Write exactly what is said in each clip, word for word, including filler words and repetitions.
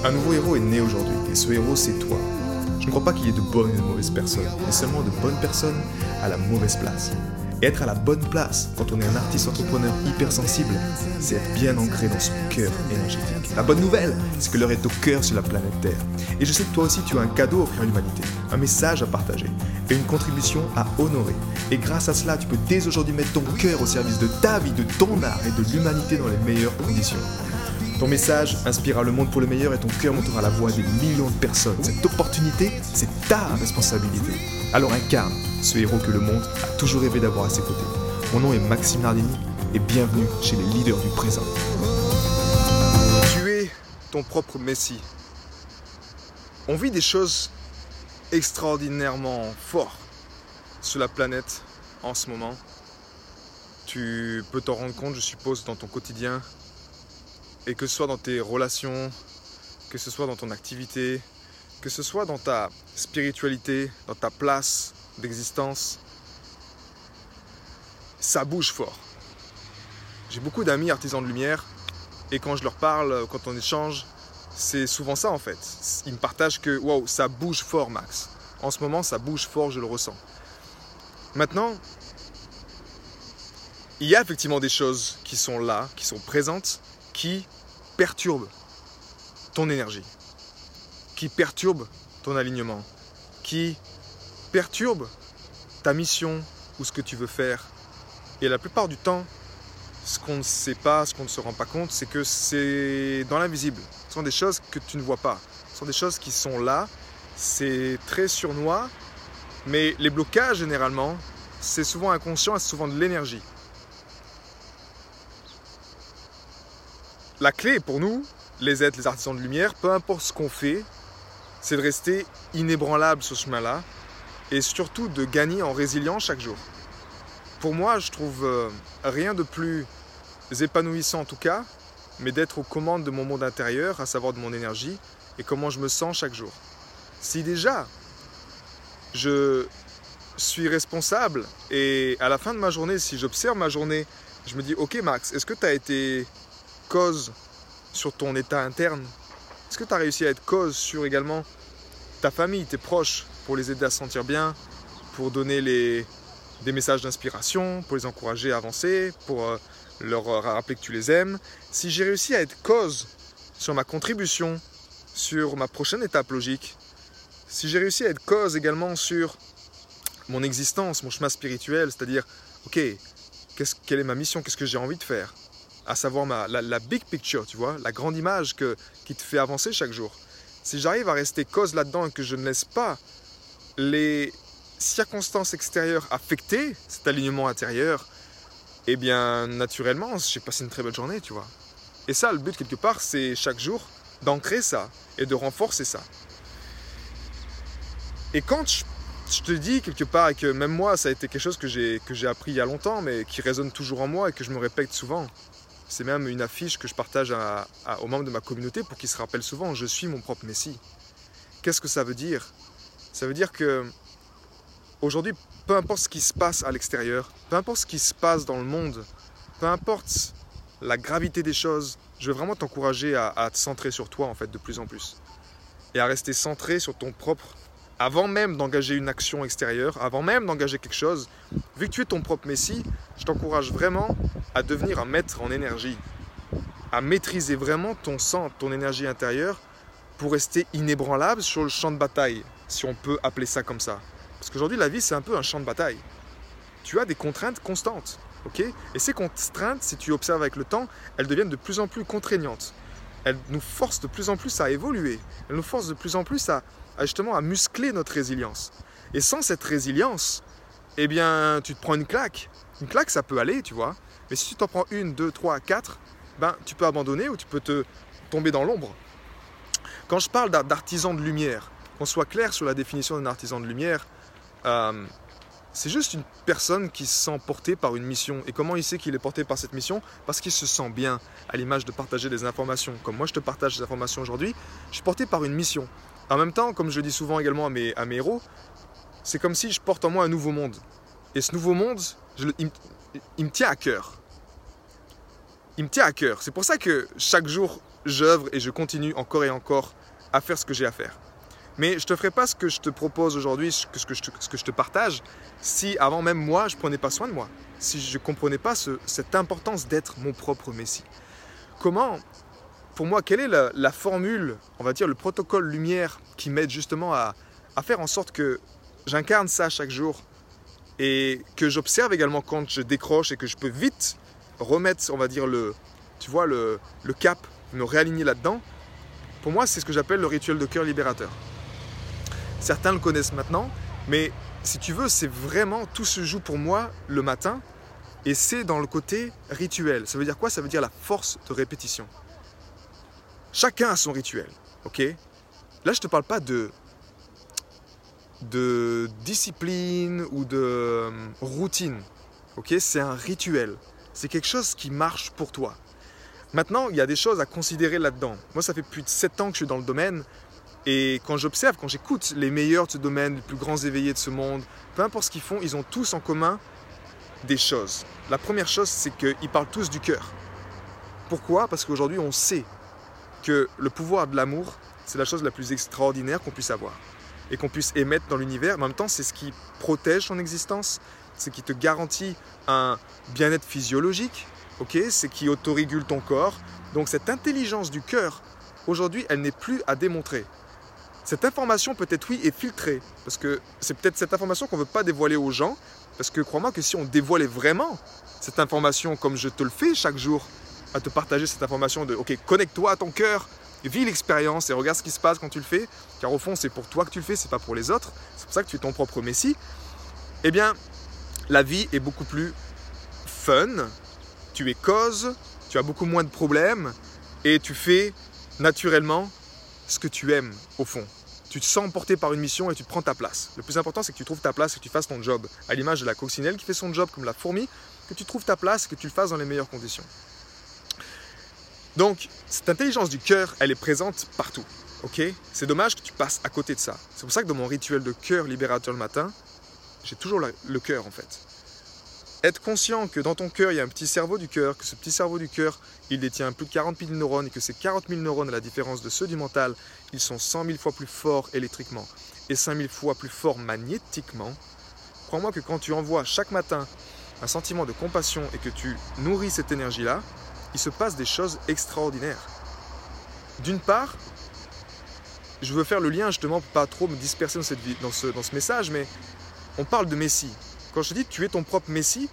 Un nouveau héros est né aujourd'hui, et ce héros c'est toi. Je ne crois pas qu'il y ait de bonnes et de mauvaises personnes, mais seulement de bonnes personnes à la mauvaise place. Et être à la bonne place, quand on est un artiste entrepreneur hypersensible, c'est être bien ancré dans son cœur énergétique. La bonne nouvelle, c'est que l'heure est au cœur sur la planète Terre. Et je sais que toi aussi tu as un cadeau à offrir à l'humanité, un message à partager, et une contribution à honorer. Et grâce à cela, tu peux dès aujourd'hui mettre ton cœur au service de ta vie, de ton art et de l'humanité dans les meilleures conditions. Ton message inspirera le monde pour le meilleur et ton cœur montera la voix des millions de personnes. Cette opportunité, c'est ta responsabilité. Alors incarne ce héros que le monde a toujours rêvé d'avoir à ses côtés. Mon nom est Maxime Nardini et bienvenue chez les leaders du présent. Tu es ton propre messie. On vit des choses extraordinairement fortes sur la planète en ce moment. Tu peux t'en rendre compte, je suppose, dans ton quotidien. Et que ce soit dans tes relations, que ce soit dans ton activité, que ce soit dans ta spiritualité, dans ta place d'existence, ça bouge fort. J'ai beaucoup d'amis artisans de lumière et quand je leur parle, quand on échange, c'est souvent ça en fait. Ils me partagent que wow, ça bouge fort Max. En ce moment, ça bouge fort, je le ressens. Maintenant, il y a effectivement des choses qui sont là, qui sont présentes, qui perturbe ton énergie, qui perturbe ton alignement, qui perturbe ta mission ou ce que tu veux faire. Et la plupart du temps, ce qu'on ne sait pas, ce qu'on ne se rend pas compte, c'est que c'est dans l'invisible. Ce sont des choses que tu ne vois pas. Ce sont des choses qui sont là, c'est très sournois, mais les blocages généralement, c'est souvent inconscient et c'est souvent de l'énergie. La clé pour nous, les êtres, les artisans de lumière, peu importe ce qu'on fait, c'est de rester inébranlable sur ce chemin-là et surtout de gagner en résilience chaque jour. Pour moi, je trouve euh, rien de plus épanouissant en tout cas, mais d'être aux commandes de mon monde intérieur, à savoir de mon énergie et comment je me sens chaque jour. Si déjà je suis responsable et à la fin de ma journée, si j'observe ma journée, je me dis « Ok Max, est-ce que tu as été cause sur ton état interne? Est-ce que tu as réussi à être cause sur également ta famille, tes proches, pour les aider à se sentir bien, pour donner les, des messages d'inspiration, pour les encourager à avancer, pour euh, leur rappeler que tu les aimes? Si j'ai réussi à être cause sur ma contribution, sur ma prochaine étape logique, si j'ai réussi à être cause également sur mon existence, mon chemin spirituel, c'est-à-dire, ok, qu'est-ce, quelle est ma mission, qu'est-ce que j'ai envie de faire? À savoir ma, la, la big picture, tu vois, la grande image que, qui te fait avancer chaque jour. Si j'arrive à rester cause là-dedans et que je ne laisse pas les circonstances extérieures affecter cet alignement intérieur, eh bien, naturellement, j'ai passé une très belle journée, tu vois. Et ça, le but, quelque part, c'est chaque jour d'ancrer ça et de renforcer ça. Et quand je, je te dis quelque part, et que même moi, ça a été quelque chose que j'ai, que j'ai appris il y a longtemps, mais qui résonne toujours en moi et que je me répète souvent. C'est même une affiche que je partage à, à, aux membres de ma communauté pour qu'ils se rappellent souvent « Je suis mon propre messie ». Qu'est-ce que ça veut dire? Ça veut dire que aujourd'hui, peu importe ce qui se passe à l'extérieur, peu importe ce qui se passe dans le monde, peu importe la gravité des choses, je veux vraiment t'encourager à, à te centrer sur toi en fait de plus en plus. Et à rester centré sur ton propre, avant même d'engager une action extérieure, avant même d'engager quelque chose, vu que tu es ton propre messie, je t'encourage vraiment à devenir un maître en énergie, à maîtriser vraiment ton sang, ton énergie intérieure pour rester inébranlable sur le champ de bataille, si on peut appeler ça comme ça. Parce qu'aujourd'hui, la vie, c'est un peu un champ de bataille. Tu as des contraintes constantes, ok? Et ces contraintes, si tu observes avec le temps, elles deviennent de plus en plus contraignantes. Elles nous forcent de plus en plus à évoluer. Elles nous forcent de plus en plus à, à justement à muscler notre résilience. Et sans cette résilience, eh bien, tu te prends une claque. Une claque, ça peut aller, tu vois. Mais si tu t'en prends une, deux, trois, quatre, ben, tu peux abandonner ou tu peux te tomber dans l'ombre. Quand je parle d'artisan de lumière, qu'on soit clair sur la définition d'un artisan de lumière, euh, c'est juste une personne qui se sent portée par une mission. Et comment il sait qu'il est porté par cette mission? Parce qu'il se sent bien, à l'image de partager des informations. Comme moi, je te partage des informations aujourd'hui, je suis porté par une mission. En même temps, comme je le dis souvent également à mes, à mes héros, c'est comme si je porte en moi un nouveau monde. Et ce nouveau monde, je, il, il me tient à cœur. Il me tient à cœur. C'est pour ça que chaque jour, j'œuvre et je continue encore et encore à faire ce que j'ai à faire. Mais je ne te ferai pas ce que je te propose aujourd'hui, ce que, ce, que je te, ce que je te partage, si avant même moi, je ne prenais pas soin de moi, si je ne comprenais pas ce, cette importance d'être mon propre Messie. Comment, pour moi, quelle est la, la formule, on va dire le protocole lumière qui m'aide justement à, à faire en sorte que j'incarne ça chaque jour et que j'observe également quand je décroche et que je peux vite remettre, on va dire, le, tu vois, le, le cap, me réaligner là-dedans. Pour moi, c'est ce que j'appelle le rituel de cœur libérateur. Certains le connaissent maintenant, mais si tu veux, c'est vraiment, tout se joue pour moi le matin et c'est dans le côté rituel. Ça veut dire quoi? Ça veut dire la force de répétition. Chacun a son rituel, ok? Là, je ne te parle pas de, de discipline ou de euh, routine, ok? C'est un rituel. C'est quelque chose qui marche pour toi. Maintenant, il y a des choses à considérer là-dedans. Moi, ça fait plus de sept ans que je suis dans le domaine. Et quand j'observe, quand j'écoute les meilleurs de ce domaine, les plus grands éveillés de ce monde, peu importe ce qu'ils font, ils ont tous en commun des choses. La première chose, c'est qu'ils parlent tous du cœur. Pourquoi? Parce qu'aujourd'hui, on sait que le pouvoir de l'amour, c'est la chose la plus extraordinaire qu'on puisse avoir et qu'on puisse émettre dans l'univers. En même temps, c'est ce qui protège ton existence, c'est ce qui te garantit un bien-être physiologique, okay? C'est ce qui autorégule ton corps. Donc cette intelligence du cœur, aujourd'hui, elle n'est plus à démontrer. Cette information, peut-être oui, est filtrée, parce que c'est peut-être cette information qu'on ne veut pas dévoiler aux gens, parce que crois-moi que si on dévoilait vraiment cette information comme je te le fais chaque jour, à te partager cette information de « Ok, connecte-toi à ton cœur, vis l'expérience et regarde ce qui se passe quand tu le fais, car au fond, c'est pour toi que tu le fais, c'est pas pour les autres, c'est pour ça que tu es ton propre Messie. » Eh bien, la vie est beaucoup plus fun, tu es cause, tu as beaucoup moins de problèmes et tu fais naturellement ce que tu aimes au fond. Tu te sens porté par une mission et tu prends ta place. Le plus important, c'est que tu trouves ta place et que tu fasses ton job. À l'image de la coccinelle qui fait son job comme la fourmi, que tu trouves ta place et que tu le fasses dans les meilleures conditions. Donc, cette intelligence du cœur, elle est présente partout. Okay? C'est dommage que tu passes à côté de ça. C'est pour ça que dans mon rituel de cœur libérateur le matin, j'ai toujours le cœur en fait. Être conscient que dans ton cœur, il y a un petit cerveau du cœur, que ce petit cerveau du cœur, il détient plus de quarante mille neurones et que ces quarante mille neurones, à la différence de ceux du mental, ils sont cent mille fois plus forts électriquement et cinq mille fois plus forts magnétiquement. Crois-moi que quand tu envoies chaque matin un sentiment de compassion et que tu nourris cette énergie-là, il se passe des choses extraordinaires. D'une part, je veux faire le lien justement pour pas trop me disperser dans, cette vie, dans, ce, dans ce message, mais on parle de Messie. Quand je te dis tu es ton propre Messie,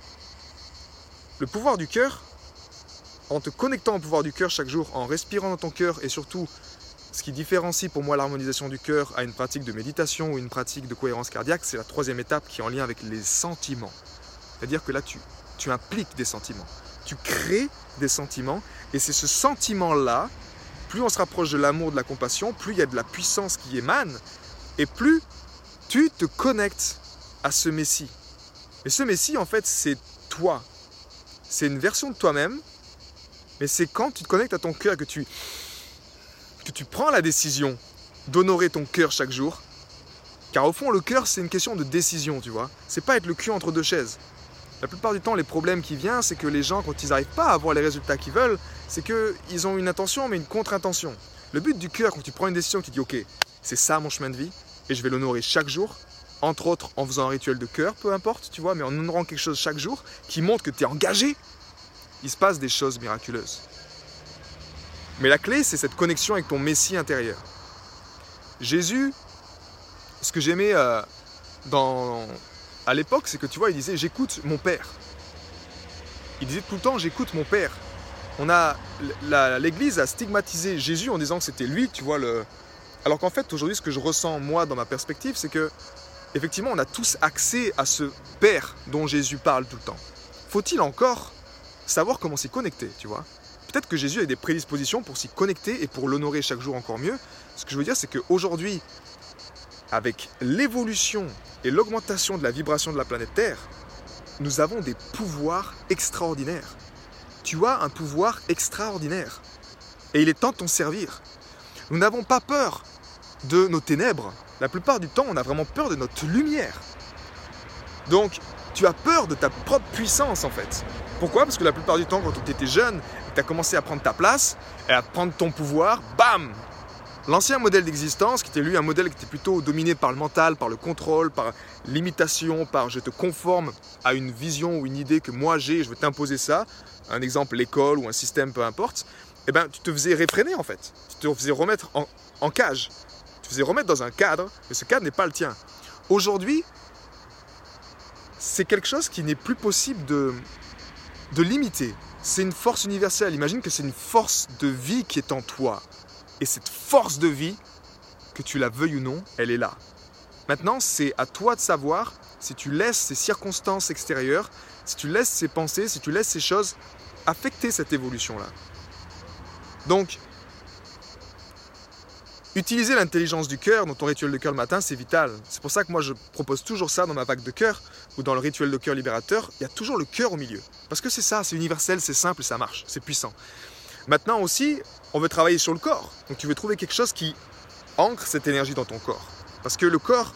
le pouvoir du cœur, en te connectant au pouvoir du cœur chaque jour, en respirant dans ton cœur et surtout, ce qui différencie pour moi l'harmonisation du cœur à une pratique de méditation ou une pratique de cohérence cardiaque, c'est la troisième étape qui est en lien avec les sentiments. C'est-à-dire que là, tu, tu impliques des sentiments. Tu crées des sentiments et c'est ce sentiment-là, plus on se rapproche de l'amour, de la compassion, plus il y a de la puissance qui émane et plus tu te connectes à ce Messie. Et ce Messie, en fait, c'est toi. C'est une version de toi-même, mais c'est quand tu te connectes à ton cœur que tu, que tu prends la décision d'honorer ton cœur chaque jour. Car au fond, le cœur, c'est une question de décision, tu vois. C'est pas être le cul entre deux chaises. La plupart du temps, les problèmes qui viennent, c'est que les gens, quand ils n'arrivent pas à avoir les résultats qu'ils veulent, c'est qu'ils ont une intention, mais une contre-intention. Le but du cœur, quand tu prends une décision, tu dis « Ok, c'est ça mon chemin de vie, et je vais l'honorer chaque jour », entre autres en faisant un rituel de cœur, peu importe, tu vois, mais en honorant quelque chose chaque jour qui montre que tu es engagé, il se passe des choses miraculeuses. Mais la clé, c'est cette connexion avec ton Messie intérieur. Jésus, ce que j'aimais euh, dans, à l'époque, c'est que tu vois, il disait « J'écoute mon Père ». Il disait tout le temps « J'écoute mon Père ». On a, la, l'Église a stigmatisé Jésus en disant que c'était lui, tu vois, le... alors qu'en fait, aujourd'hui, ce que je ressens, moi, dans ma perspective, c'est que effectivement, on a tous accès à ce Père dont Jésus parle tout le temps. Faut-il encore savoir comment s'y connecter, tu vois? Peut-être que Jésus a des prédispositions pour s'y connecter et pour l'honorer chaque jour encore mieux. Ce que je veux dire, c'est qu'aujourd'hui, avec l'évolution et l'augmentation de la vibration de la planète Terre, nous avons des pouvoirs extraordinaires. Tu as un pouvoir extraordinaire. Et il est temps de t'en servir. Nous n'avons pas peur de nos ténèbres. La plupart du temps, on a vraiment peur de notre lumière. Donc, tu as peur de ta propre puissance en fait. Pourquoi? Parce que la plupart du temps, quand tu étais jeune, tu as commencé à prendre ta place et à prendre ton pouvoir, bam! L'ancien modèle d'existence, qui était lui un modèle qui était plutôt dominé par le mental, par le contrôle, par l'imitation, par je te conforme à une vision ou une idée que moi j'ai, je veux t'imposer ça, un exemple l'école ou un système, peu importe, eh ben, tu te faisais réfréner en fait, tu te faisais remettre en, en cage, tu te faisais remettre dans un cadre, mais ce cadre n'est pas le tien. Aujourd'hui, c'est quelque chose qui n'est plus possible de, de limiter, c'est une force universelle, imagine que c'est une force de vie qui est en toi. Et cette force de vie, que tu la veuilles ou non, elle est là. Maintenant, c'est à toi de savoir si tu laisses ces circonstances extérieures, si tu laisses ces pensées, si tu laisses ces choses affecter cette évolution-là. Donc, utiliser l'intelligence du cœur dans ton rituel de cœur le matin, c'est vital. C'est pour ça que moi, je propose toujours ça dans ma vague de cœur ou dans le rituel de cœur libérateur. Il y a toujours le cœur au milieu. Parce que c'est ça, c'est universel, c'est simple, ça marche, c'est puissant. Maintenant aussi, on veut travailler sur le corps. Donc tu veux trouver quelque chose qui ancre cette énergie dans ton corps. Parce que le corps,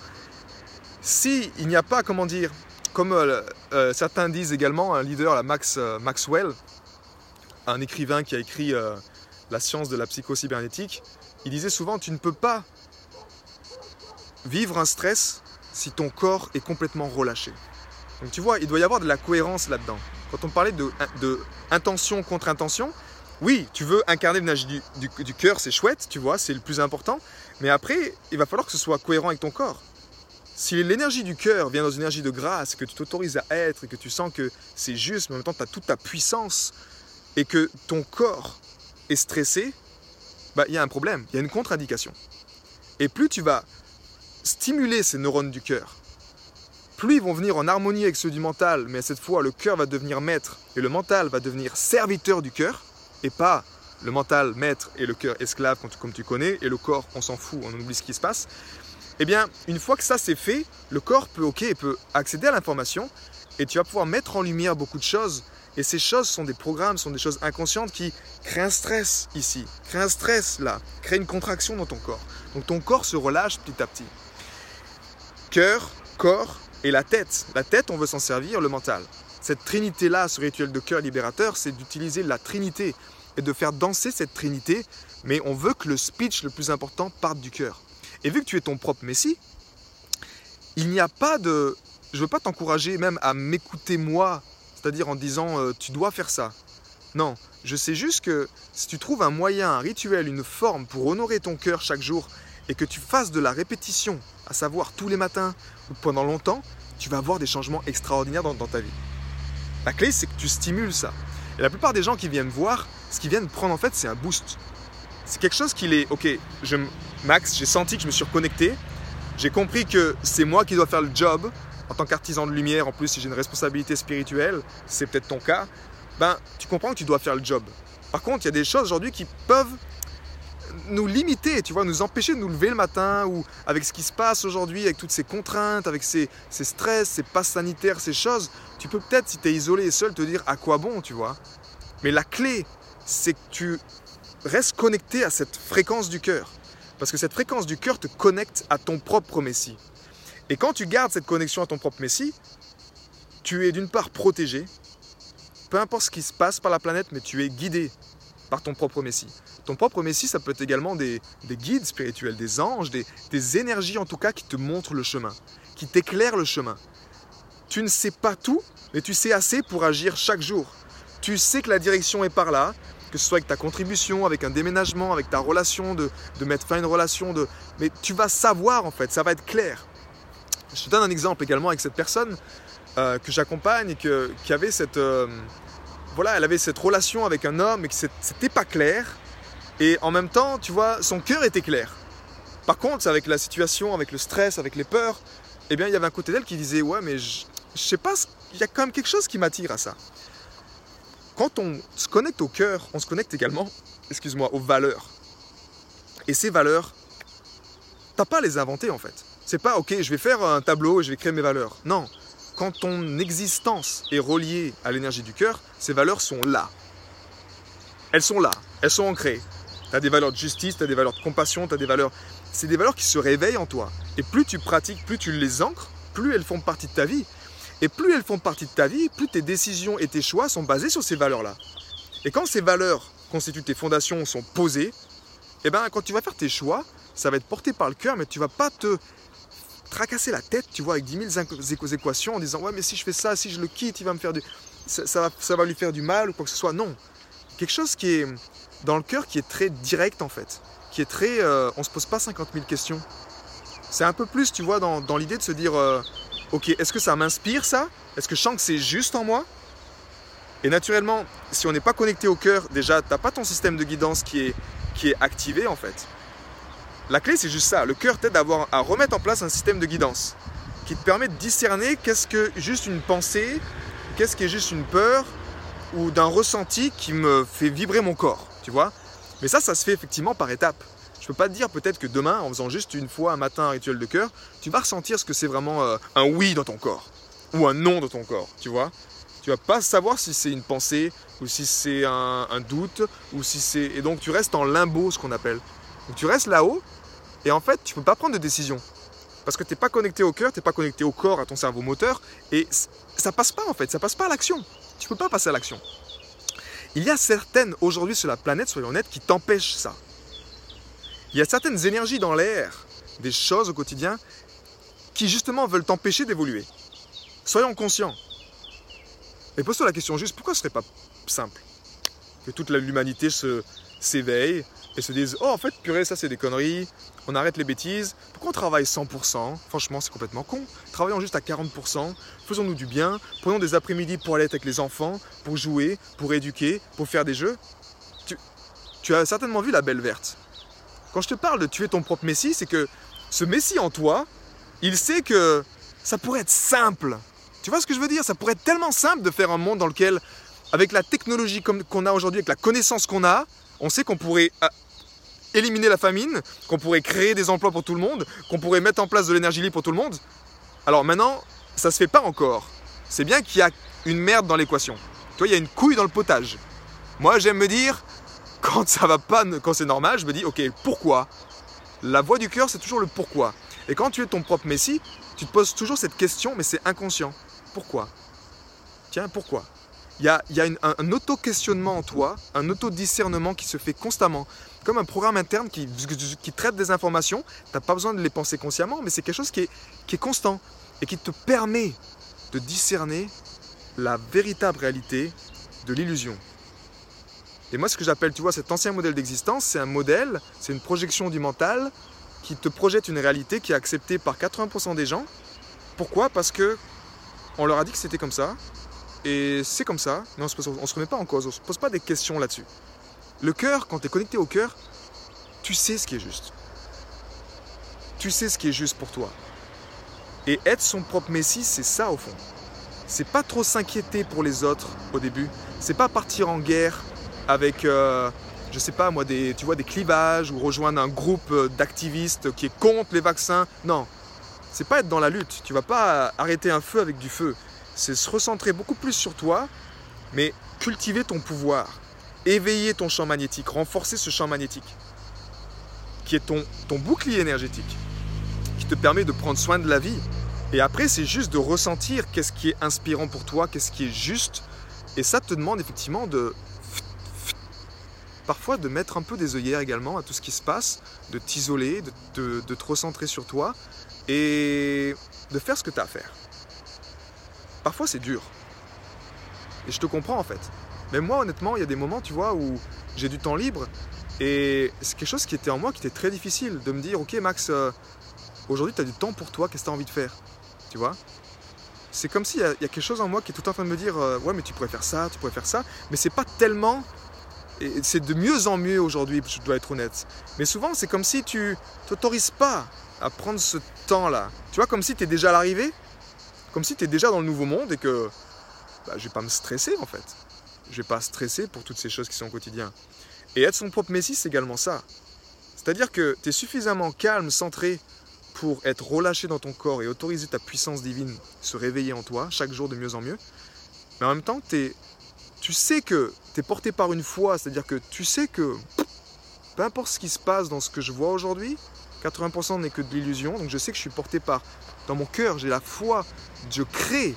si il n'y a pas, comment dire, comme euh, euh, certains disent également, un leader, la Max, euh, Maxwell, un écrivain qui a écrit euh, La science de la psycho-cybernétique, il disait souvent, tu ne peux pas vivre un stress si ton corps est complètement relâché. Donc tu vois, il doit y avoir de la cohérence là-dedans. Quand on parlait de, de intention contre intention, oui, tu veux incarner l'énergie du, du, du cœur, c'est chouette, tu vois, c'est le plus important. Mais après, il va falloir que ce soit cohérent avec ton corps. Si l'énergie du cœur vient dans une énergie de grâce, que tu t'autorises à être et que tu sens que c'est juste, mais en même temps tu as toute ta puissance et que ton corps est stressé, bah, il y a un problème, il y a une contre-indication. Et plus tu vas stimuler ces neurones du cœur, plus ils vont venir en harmonie avec ceux du mental, mais cette fois le cœur va devenir maître et le mental va devenir serviteur du cœur, et pas le mental maître et le cœur esclave comme tu connais, et le corps on s'en fout, on oublie ce qui se passe. Eh bien, une fois que ça c'est fait, le corps peut, okay, peut accéder à l'information et tu vas pouvoir mettre en lumière beaucoup de choses. Et ces choses sont des programmes, sont des choses inconscientes qui créent un stress ici, créent un stress là, créent une contraction dans ton corps. Donc ton corps se relâche petit à petit. Cœur, corps et la tête. La tête, on veut s'en servir, le mental. Cette trinité-là, ce rituel de cœur libérateur, c'est d'utiliser la trinité et de faire danser cette trinité, mais on veut que le speech le plus important parte du cœur. Et vu que tu es ton propre messie, il n'y a pas de... Je ne veux pas t'encourager même à m'écouter moi, c'est-à-dire en disant euh, tu dois faire ça. Non, je sais juste que si tu trouves un moyen, un rituel, une forme pour honorer ton cœur chaque jour et que tu fasses de la répétition, à savoir tous les matins ou pendant longtemps, tu vas avoir des changements extraordinaires dans, dans ta vie. La clé, c'est que tu stimules ça. Et la plupart des gens qui viennent voir, ce qu'ils viennent prendre en fait, c'est un boost. C'est quelque chose qui est, ok, je, Max, j'ai senti que je me suis reconnecté, j'ai compris que c'est moi qui dois faire le job, en tant qu'artisan de lumière, en plus si j'ai une responsabilité spirituelle, c'est peut-être ton cas, ben tu comprends que tu dois faire le job. Par contre, il y a des choses aujourd'hui qui peuvent nous limiter, tu vois, nous empêcher de nous lever le matin, ou avec ce qui se passe aujourd'hui, avec toutes ces contraintes, avec ces, ces stress, ces passes sanitaires, ces choses, tu peux peut-être, si tu es isolé et seul, te dire à quoi bon, tu vois. Mais la clé, c'est que tu restes connecté à cette fréquence du cœur. Parce que cette fréquence du cœur te connecte à ton propre messie. Et quand tu gardes cette connexion à ton propre messie, tu es d'une part protégé, peu importe ce qui se passe par la planète, mais tu es guidé par ton propre messie. Ton propre messie, ça peut être également des, des guides spirituels, des anges, des, des énergies en tout cas qui te montrent le chemin, qui t'éclairent le chemin. Tu ne sais pas tout, mais tu sais assez pour agir chaque jour. Tu sais que la direction est par là, que ce soit avec ta contribution, avec un déménagement, avec ta relation, de, de mettre fin à une relation, de... mais tu vas savoir en fait, ça va être clair. Je te donne un exemple également avec cette personne euh, que j'accompagne et que, qui avait cette, euh, voilà, elle avait cette relation avec un homme et que c'était pas clair. Et en même temps, tu vois, son cœur était clair. Par contre, avec la situation, avec le stress, avec les peurs, eh bien, il y avait un côté d'elle qui disait « Ouais, mais je, je sais pas, il y a quand même quelque chose qui m'attire à ça. » Quand on se connecte au cœur, on se connecte également, excuse-moi, aux valeurs. Et ces valeurs, t'as pas à les inventer en fait. C'est pas « Ok, je vais faire un tableau et je vais créer mes valeurs. » Non, quand ton existence est reliée à l'énergie du cœur, ces valeurs sont là. Elles sont là, elles sont ancrées. Tu as des valeurs de justice, tu as des valeurs de compassion, tu as des valeurs... C'est des valeurs qui se réveillent en toi. Et plus tu pratiques, plus tu les ancres, plus elles font partie de ta vie. Et plus elles font partie de ta vie, plus tes décisions et tes choix sont basés sur ces valeurs-là. Et quand ces valeurs constituent tes fondations, sont posées, eh ben, quand tu vas faire tes choix, ça va être porté par le cœur, mais tu ne vas pas te tracasser la tête, tu vois, avec dix mille équations en disant « Ouais, mais si je fais ça, si je le quitte, il va me faire du... ça, ça, va, ça va lui faire du mal ou quoi que ce soit. » Non. Quelque chose qui est dans le cœur, qui est très direct en fait, qui est très... Euh, on ne se pose pas cinquante mille questions. C'est un peu plus, tu vois, dans, dans l'idée de se dire euh, « Ok, est-ce que ça m'inspire ça? Est-ce que je sens que c'est juste en moi ?» Et naturellement, si on n'est pas connecté au cœur, déjà, tu n'as pas ton système de guidance qui est, qui est activé en fait. La clé, c'est juste ça. Le cœur t'aide à, avoir, à remettre en place un système de guidance qui te permet de discerner qu'est-ce que juste une pensée, qu'est-ce qui est juste une peur ou d'un ressenti qui me fait vibrer mon corps, tu vois. Mais ça, ça se fait effectivement par étapes. Je ne peux pas te dire peut-être que demain, en faisant juste une fois un matin un rituel de cœur, tu vas ressentir ce que c'est vraiment euh, un oui dans ton corps ou un non dans ton corps, tu vois. Tu vas pas savoir si c'est une pensée ou si c'est un, un doute ou si c'est... Et donc tu restes en limbo, ce qu'on appelle. Donc tu restes là-haut et en fait tu ne peux pas prendre de décision. Parce que tu n'es pas connecté au cœur, tu n'es pas connecté au corps, à ton cerveau moteur et ça passe pas en fait, ça passe pas à l'action. Tu ne peux pas passer à l'action. Il y a certaines, aujourd'hui sur la planète, soyons honnêtes, qui t'empêchent ça. Il y a certaines énergies dans l'air, des choses au quotidien, qui justement veulent t'empêcher d'évoluer. Soyons conscients. Et pose-toi la question juste, pourquoi ce ne serait pas simple que toute l'humanité se, s'éveille et se dise « Oh, en fait, purée, ça c'est des conneries, on arrête les bêtises, pourquoi on travaille cent pour cent? Franchement, c'est complètement con. Travaillons juste à quarante pour cent, faisons-nous du bien, prenons des après-midi pour aller être avec les enfants, pour jouer, pour éduquer, pour faire des jeux. » tu, tu as certainement vu la Belle Verte. Quand je te parle de tuer ton propre messie, c'est que ce messie en toi, il sait que ça pourrait être simple. Tu vois ce que je veux dire? Ça pourrait être tellement simple de faire un monde dans lequel, avec la technologie comme, qu'on a aujourd'hui, avec la connaissance qu'on a, on sait qu'on pourrait euh, éliminer la famine, qu'on pourrait créer des emplois pour tout le monde, qu'on pourrait mettre en place de l'énergie libre pour tout le monde. Alors maintenant, ça ne se fait pas encore. C'est bien qu'il y a une merde dans l'équation. Tu vois, il y a une couille dans le potage. Moi, j'aime me dire, quand ça va pas, quand c'est normal, je me dis, ok, pourquoi? La voix du cœur, c'est toujours le pourquoi. Et quand tu es ton propre messie, tu te poses toujours cette question, mais c'est inconscient. Pourquoi? Tiens, pourquoi? Il y a, il y a une, un, un auto-questionnement en toi, un auto-discernement qui se fait constamment. Comme un programme interne qui, qui traite des informations. Tu n'as pas besoin de les penser consciemment, mais c'est quelque chose qui est, qui est constant et qui te permet de discerner la véritable réalité de l'illusion. Et moi, ce que j'appelle, tu vois, cet ancien modèle d'existence, c'est un modèle, c'est une projection du mental qui te projette une réalité qui est acceptée par quatre-vingts pour cent des gens. Pourquoi? Parce que on leur a dit que c'était comme ça, et c'est comme ça, mais on ne se remet pas en cause, on ne se pose pas des questions là-dessus. Le cœur, quand tu es connecté au cœur, tu sais ce qui est juste. Tu sais ce qui est juste pour toi. Et être son propre messie, c'est ça au fond. C'est pas trop s'inquiéter pour les autres au début. C'est pas partir en guerre avec, euh, je sais pas moi, des, tu vois, des clivages ou rejoindre un groupe d'activistes qui est contre les vaccins. Non. C'est pas être dans la lutte, tu vas pas arrêter un feu avec du feu. C'est se recentrer beaucoup plus sur toi, mais cultiver ton pouvoir, éveiller ton champ magnétique, renforcer ce champ magnétique, qui est ton, ton bouclier énergétique, qui te permet de prendre soin de la vie. Et après, c'est juste de ressentir qu'est-ce qui est inspirant pour toi, qu'est-ce qui est juste. Et ça te demande effectivement de... Parfois de mettre un peu des œillères également à tout ce qui se passe, de t'isoler, de, de, de te recentrer sur toi, et de faire ce que tu as à faire. Parfois c'est dur. Et je te comprends en fait. Mais moi honnêtement, il y a des moments, tu vois, où j'ai du temps libre et c'est quelque chose qui était en moi qui était très difficile de me dire, ok Max, euh, aujourd'hui tu as du temps pour toi, qu'est-ce que tu as envie de faire? Tu vois? C'est comme s'il y, y a quelque chose en moi qui est tout en train de me dire, euh, ouais mais tu pourrais faire ça, tu pourrais faire ça, mais c'est pas tellement... Et c'est de mieux en mieux aujourd'hui, je dois être honnête. Mais souvent c'est comme si tu t'autorises pas à prendre ce temps-là. Tu vois, comme si tu es déjà à l'arrivée, comme si tu es déjà dans le nouveau monde et que bah, je ne vais pas me stresser en fait. Je ne vais pas stresser pour toutes ces choses qui sont au quotidien. Et être son propre messie, c'est également ça. C'est-à-dire que tu es suffisamment calme, centré pour être relâché dans ton corps et autoriser ta puissance divine se réveiller en toi chaque jour de mieux en mieux. Mais en même temps, t'es, tu sais que tu es porté par une foi, c'est-à-dire que tu sais que peu importe ce qui se passe dans ce que je vois aujourd'hui, quatre-vingts pour cent n'est que de l'illusion, donc je sais que je suis porté par, dans mon cœur, j'ai la foi, je crée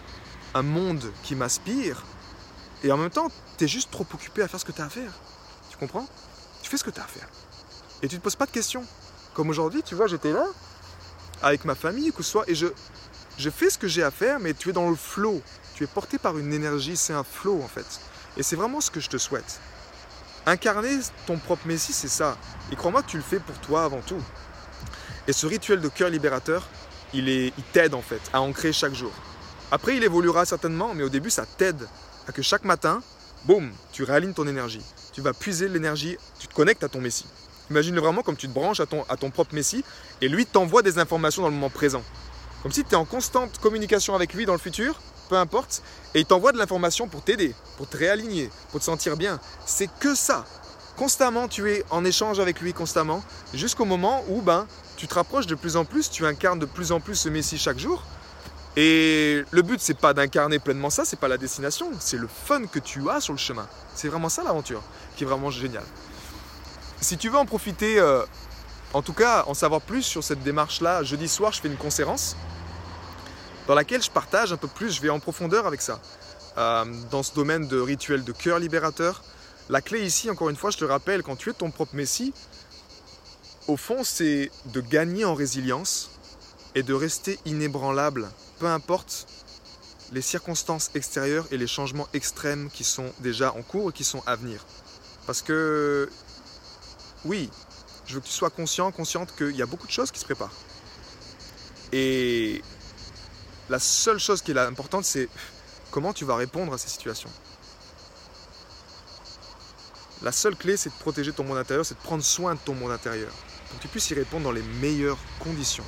un monde qui m'inspire, et en même temps, tu es juste trop occupé à faire ce que tu as à faire. Tu comprends? Tu fais ce que tu as à faire. Et tu ne te poses pas de questions. Comme aujourd'hui, tu vois, j'étais là, avec ma famille, que ce soit, et je, je fais ce que j'ai à faire, mais tu es dans le flow. Tu es porté par une énergie, c'est un flow en fait. Et c'est vraiment ce que je te souhaite. Incarner ton propre Messie, c'est ça. Et crois-moi que tu le fais pour toi avant tout. Et ce rituel de cœur libérateur, il, est, il t'aide en fait à ancrer chaque jour. Après, il évoluera certainement, mais au début, ça t'aide à que chaque matin, boum, tu réalignes ton énergie. Tu vas puiser l'énergie, tu te connectes à ton Messie. Imagine vraiment comme tu te branches à ton, à ton propre Messie et lui t'envoie des informations dans le moment présent. Comme si tu es en constante communication avec lui dans le futur, peu importe, et il t'envoie de l'information pour t'aider, pour te réaligner, pour te sentir bien. C'est que ça. Constamment, tu es en échange avec lui constamment, jusqu'au moment où ben, tu te rapproches de plus en plus, tu incarnes de plus en plus ce Messie chaque jour. Et le but, c'est pas d'incarner pleinement ça, c'est pas la destination, c'est le fun que tu as sur le chemin. C'est vraiment ça l'aventure, qui est vraiment génial. Si tu veux en profiter, euh, en tout cas en savoir plus sur cette démarche-là, jeudi soir, je fais une conférence dans laquelle je partage un peu plus, je vais en profondeur avec ça. Euh, dans ce domaine de rituel de cœur libérateur, la clé ici, encore une fois, je te rappelle, quand tu es ton propre Messie, au fond, c'est de gagner en résilience et de rester inébranlable, peu importe les circonstances extérieures et les changements extrêmes qui sont déjà en cours et qui sont à venir. Parce que, oui, je veux que tu sois conscient, consciente qu'il y a beaucoup de choses qui se préparent. Et la seule chose qui est importante, c'est comment tu vas répondre à ces situations. La seule clé, c'est de protéger ton monde intérieur, c'est de prendre soin de ton monde intérieur, pour que tu puisses y répondre dans les meilleures conditions.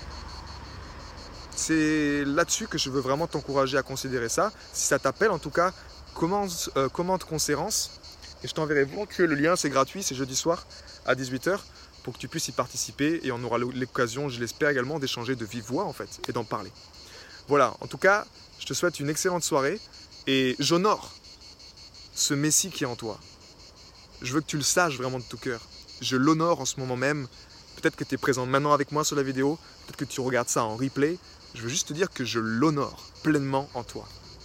C'est là-dessus que je veux vraiment t'encourager à considérer ça. Si ça t'appelle, en tout cas, commente, euh, commente conférence et je t'enverrai volontiers le lien, c'est gratuit, c'est jeudi soir à dix-huit heures pour que tu puisses y participer et on aura l'occasion, je l'espère également, d'échanger de vive voix en fait et d'en parler. Voilà, en tout cas, je te souhaite une excellente soirée et j'honore ce Messie qui est en toi. Je veux que tu le saches vraiment de tout cœur. Je l'honore en ce moment même. Peut-être que tu es présent maintenant avec moi sur la vidéo, peut-être que tu regardes ça en replay. Je veux juste te dire que je l'honore pleinement en toi.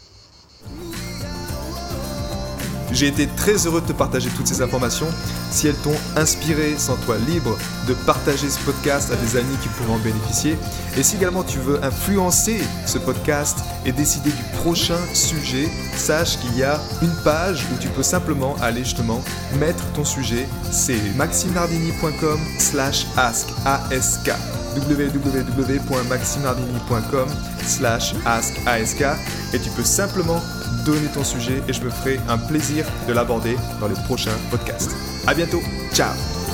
J'ai été très heureux de te partager toutes ces informations. Si elles t'ont inspiré, sens-toi libre de partager ce podcast à des amis qui pourraient en bénéficier. Et si également tu veux influencer ce podcast et décider du prochain sujet, sache qu'il y a une page où tu peux simplement aller justement mettre ton sujet. C'est maximnardini.com slash ask ask w w w point maximnardini point com slash ask ask et tu peux simplement donner ton sujet et je me ferai un plaisir de l'aborder dans les prochains podcasts. À bientôt, ciao!